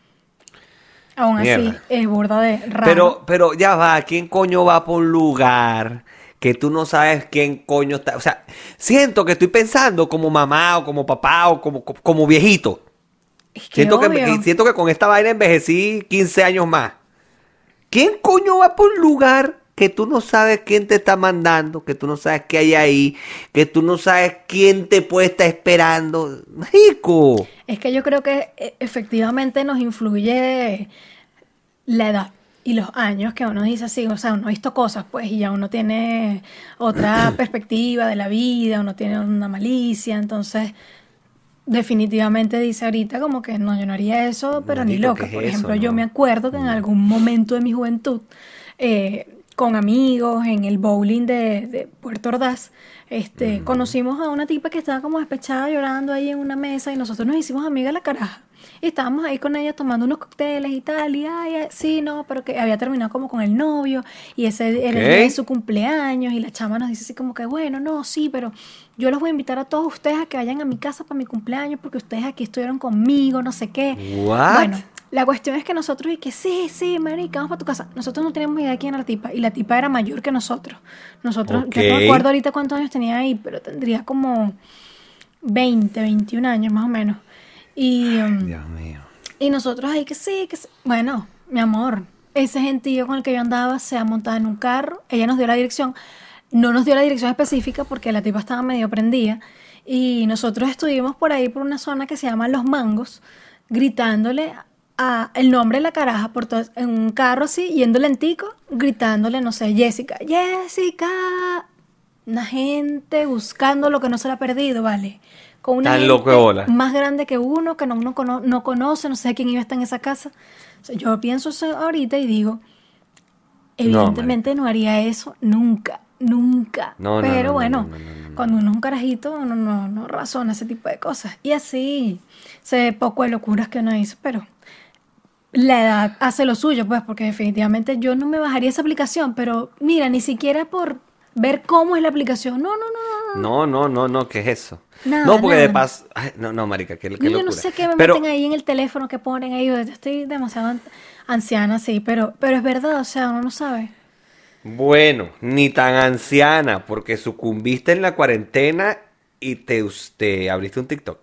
Aún así, Mierda. es burda de raro. Pero, pero ya va, ¿quién coño va por un lugar que tú no sabes quién coño está? O sea, siento que estoy pensando como mamá o como papá o como, como, como viejito. Es que Siento que, que- obvio. siento que con esta vaina envejecí quince años más. ¿Quién coño va por un lugar que tú no sabes quién te está mandando, que tú no sabes qué hay ahí, que tú no sabes quién te puede estar esperando? Rico. Es que yo creo que eh, efectivamente nos influye la edad y los años que uno dice así, o sea, uno ha visto cosas, pues, y ya uno tiene otra perspectiva de la vida, uno tiene una malicia, entonces definitivamente dice ahorita como que no, yo no haría eso, pero ni Marico, ¿qué loca. es Por eso? ejemplo, yo me No. acuerdo que en No. algún momento de mi juventud, eh, con amigos en el bowling de, de Puerto Ordaz, este, conocimos a una tipa que estaba como despechada llorando ahí en una mesa y nosotros nos hicimos amigas de la caraja. Y estábamos ahí con ella tomando unos cócteles y tal, y ay, ay, sí, no, pero que había terminado como con el novio, y ese era el día de Ok. su cumpleaños, y la chama nos dice así como que, bueno, no, sí, pero yo los voy a invitar a todos ustedes a que vayan a mi casa para mi cumpleaños, porque ustedes aquí estuvieron conmigo, no sé qué. What? Bueno, la cuestión es que nosotros, y que sí, sí, marica, vamos para tu casa. Nosotros no teníamos idea de quién era la tipa, y la tipa era mayor que nosotros. Nosotros, Ok. yo no me acuerdo ahorita cuántos años tenía ahí, pero tendría como veinte, veintiún años más o menos. Y, um, Dios mío. y nosotros ahí que sí, que sí. Bueno, mi amor, ese gentío con el que yo andaba se ha montado en un carro. Ella nos dio la dirección. No nos dio la dirección específica porque la tipa estaba medio prendida. Y nosotros estuvimos por ahí por una zona que se llama Los Mangos, gritándole a el nombre de la caraja por todo, en un carro así, yendo lentico, gritándole, no sé, Jessica, Jessica. Una gente buscando lo que no se le ha perdido, ¿vale? Con una Tan loco de gente bola. más grande que uno, que no, no, cono- no conoce, no sé quién iba a estar en esa casa. O sea, yo pienso eso ahorita y digo, evidentemente no, haría eso nunca, nunca. No, no, Pero no, no, bueno, no, no, no, no. cuando uno es un carajito, uno no, no razona ese tipo de cosas. Y así se ve poco de locuras que uno hizo, pero la edad hace lo suyo, pues, porque definitivamente yo no me bajaría esa aplicación, pero mira, ni siquiera por ver cómo es la aplicación. No, no, no, no, no. No, no, no, no, ¿qué es eso? Nada, No, porque de nada. paso. Ay, no, no, marica, qué, qué No, yo no locura. sé qué me Pero, meten ahí en el teléfono que ponen ahí. Yo estoy demasiado an- anciana, sí, pero, pero es verdad, o sea, uno no sabe. bueno, ni tan anciana, porque sucumbiste en la cuarentena y te, te abriste un TikTok.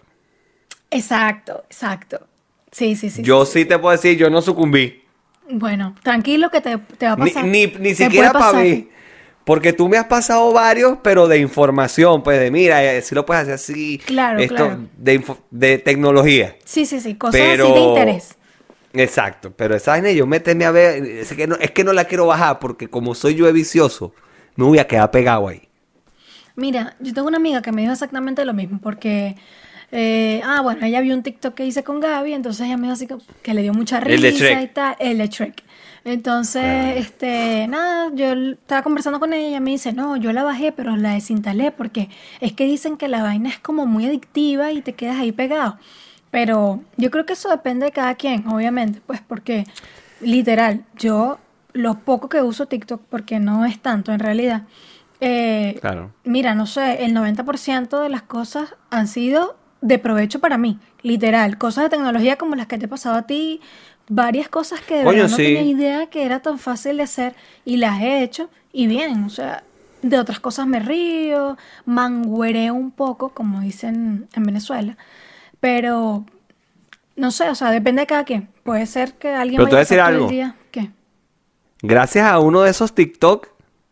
Exacto, exacto. Sí, sí, sí, Yo sí, sí sí, te puedo decir, yo no sucumbí. sí. Bueno, tranquilo que te, te va a Ni, pasar. ni, ni Te siquiera puede para pasar. mí. Porque tú me has pasado varios, pero de información, pues de mira, eh, si lo puedes hacer así, Claro, esto claro. de, info- de tecnología. Sí, sí, sí, cosas Pero, así de interés. exacto, pero esa vaina yo méteme a ver, es que no, es que no la quiero bajar porque como soy yo de vicioso, me voy a quedar pegado ahí. Mira, yo tengo una amiga que me dijo exactamente lo mismo, porque, eh, ah, bueno, ella vio un TikTok que hice con Gaby, entonces ella me dijo así que, que le dio mucha El de risa Shrek. y tal, el de Shrek. Entonces, Claro. este, nada, yo l- estaba conversando con ella y ella me dice, no, yo la bajé, pero la desinstalé porque es que dicen que la vaina es como muy adictiva y te quedas ahí pegado. Pero yo creo que eso depende de cada quien, obviamente, pues porque, literal, yo lo poco que uso TikTok, porque no es tanto en realidad, eh, Claro. mira, no sé, el noventa por ciento de las cosas han sido de provecho para mí, literal. Cosas de tecnología como las que te he pasado a ti, varias cosas que de Coño, verdad no tenía sí. idea que era tan fácil de hacer y las he hecho y bien, o sea, de otras cosas me río, mangüereo un poco, como dicen en Venezuela, pero no sé, o sea, depende de cada quien. Puede ser que alguien Pero te vaya voy a a decir pasar todo el algo. día, ¿qué? Gracias a uno de esos TikTok,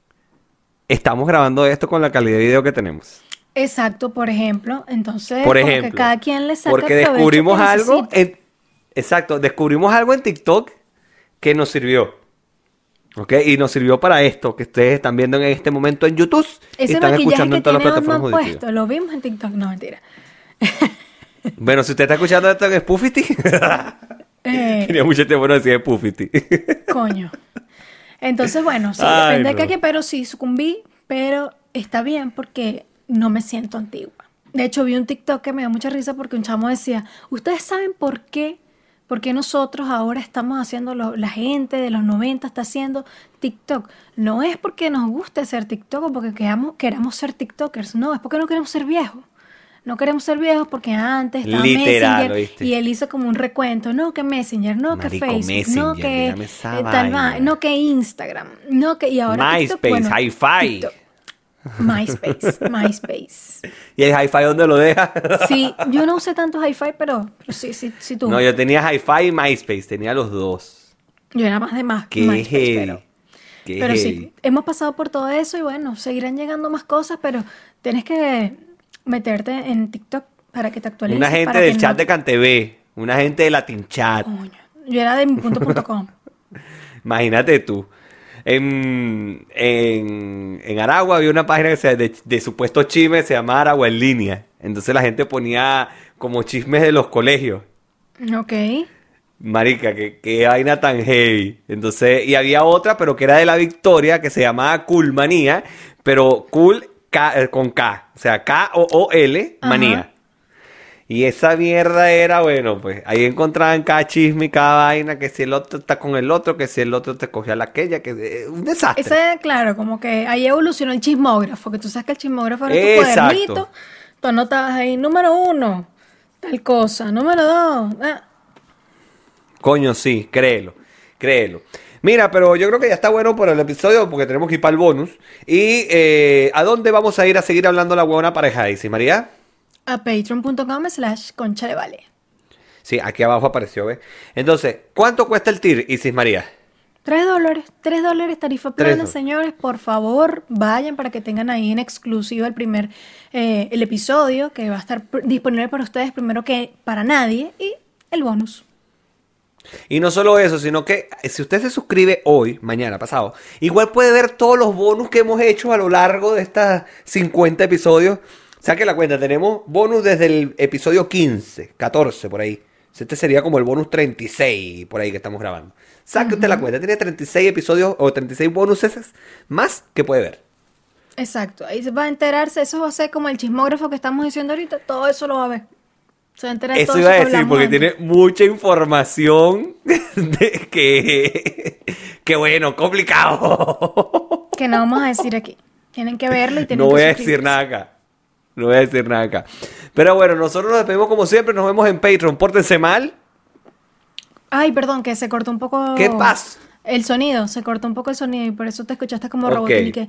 estamos grabando esto con la calidad de video que tenemos. Exacto, por ejemplo. Entonces, Por como que ejemplo, cada quien le saca porque el provecho descubrimos que algo, necesite. en, exacto, descubrimos algo en TikTok que nos sirvió. ¿Ok? Y nos sirvió para esto que ustedes están viendo en este momento en YouTube y Ese están maquillaje escuchando que en todas las tiene plataformas Batman auditivas. puesto, lo vimos en TikTok, no, mentira. Bueno, si usted está escuchando esto en Spoofity, Eh, tenía mucho tiempo no decir Spoofity. coño. Entonces, bueno, sí, Ay, depende de no. cada quien, pero sí, sucumbí, pero está bien porque no me siento antigua. De hecho, vi un TikTok que me dio mucha risa porque un chamo decía, ¿ustedes saben por qué? ¿Por qué nosotros ahora estamos haciendo, lo, la gente de los noventa está haciendo TikTok? No es porque nos guste hacer TikTok o porque queramos, queramos ser TikTokers, no, es porque no queremos ser viejos. No queremos ser viejos porque antes estaba Literal, Messenger ¿oíste? y él hizo como un recuento, no que Messenger, no que Marico, Facebook, Messenger, no que dígame esa eh, tal vaina. va- no que Instagram, no que y ahora TikTok, MySpace, bueno, Hi-Fi. TikTok. MySpace, MySpace. ¿Y el Hi-Fi dónde lo deja? Sí, yo no usé tanto Hi-Fi, pero, pero sí, sí, sí tú. No, yo tenía Hi-Fi y MySpace, tenía los dos. Yo era más de más Qué MySpace, heavy. pero, Qué pero heavy. sí, hemos pasado por todo eso y bueno, seguirán llegando más cosas, pero tienes que meterte en TikTok para que te actualices. Una gente para del que chat no- de CanTV, una gente de Latin Chat. Coño, yo era de mi punto punto com. Imagínate tú. En, en, en Aragua había una página que se, de, de supuesto chisme, se llamaba Aragua en línea. Entonces la gente ponía como chismes de los colegios. Ok. Marica, qué, qué vaina tan heavy. Entonces, y había otra, pero que era de la Victoria, que se llamaba Coolmanía, pero cool K- eh, con K. O sea, K O O L, Ajá. manía. Y esa mierda era, bueno, pues ahí encontraban cada chisme y cada vaina, que si el otro está con el otro, que si el otro te cogía la aquella, que eh, un desastre. Ese, claro, como que ahí evolucionó el chismógrafo, que tú sabes que el chismógrafo era tu Exacto. cuadernito, tú anotabas ahí, número uno, tal cosa, número dos, ah. Coño, sí, créelo, créelo. Mira, pero yo creo que ya está bueno por el episodio porque tenemos que ir para el bonus. Y eh, ¿a dónde vamos a ir a seguir hablando la buena pareja, dice María? a patreon punto com slash concha de vale. Sí, aquí abajo apareció, ¿ves? Entonces, ¿cuánto cuesta el tir, Isis María? Tres dólares, tres dólares tarifa Tres plana, dólares. señores, por favor, vayan para que tengan ahí en exclusiva el primer, eh, el episodio que va a estar pr- disponible para ustedes primero que para nadie y el bonus. Y no solo eso, sino que eh, si usted se suscribe hoy, mañana, pasado, igual puede ver todos los bonus que hemos hecho a lo largo de estos cincuenta episodios. Saque la cuenta, tenemos bonus desde el episodio quince, catorce, por ahí. Este sería como el bonus treinta y seis, por ahí que estamos grabando. Saque usted la cuenta, tiene treinta y seis episodios o treinta y seis bonuses más que puede ver. Exacto, ahí se va a enterarse, eso va a ser como el chismógrafo que estamos diciendo ahorita, todo eso lo va a ver. Se va a enterar de Eso todo iba a que decir, hablamos porque antes. tiene mucha información de que, que bueno, complicado. Que no vamos a decir aquí. Tienen que verlo y tienen No que voy a decir suscribirse. nada acá. No voy a decir nada acá. Pero bueno, nosotros nos despedimos como siempre. Nos vemos en Patreon. Pórtense mal. Ay, perdón, que se cortó un poco. ¿Qué pasa? El sonido, se cortó un poco el sonido y por eso te escuchaste como Ok. robotín y que.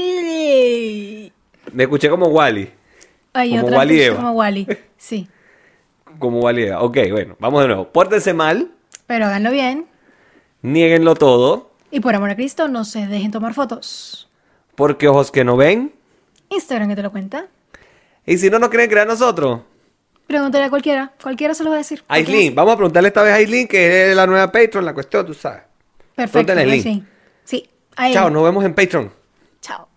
¡Ey! Me escuché como Wally. Ay, Como otra vez Wally te escuché Eva. como Wally. Sí. Como Wally. Eva. Ok, bueno. Vamos de nuevo. Pórtense mal. Pero háganlo bien. Niéguenlo todo. Y por amor a Cristo, no se dejen tomar fotos. Porque ojos que no ven. Instagram que te lo cuenta. Y si no nos quieren crear nosotros. Pregúntale a cualquiera. Cualquiera se lo va a decir. Cualquiera Aislinn. Vamos a preguntarle esta vez a Aislinn, que es la nueva Patreon. La cuestión, tú sabes. se- Perfecto. Pregúntale a ahí Aislinn. sí. Sí. a Chao, ella. nos vemos en Patreon. Chao.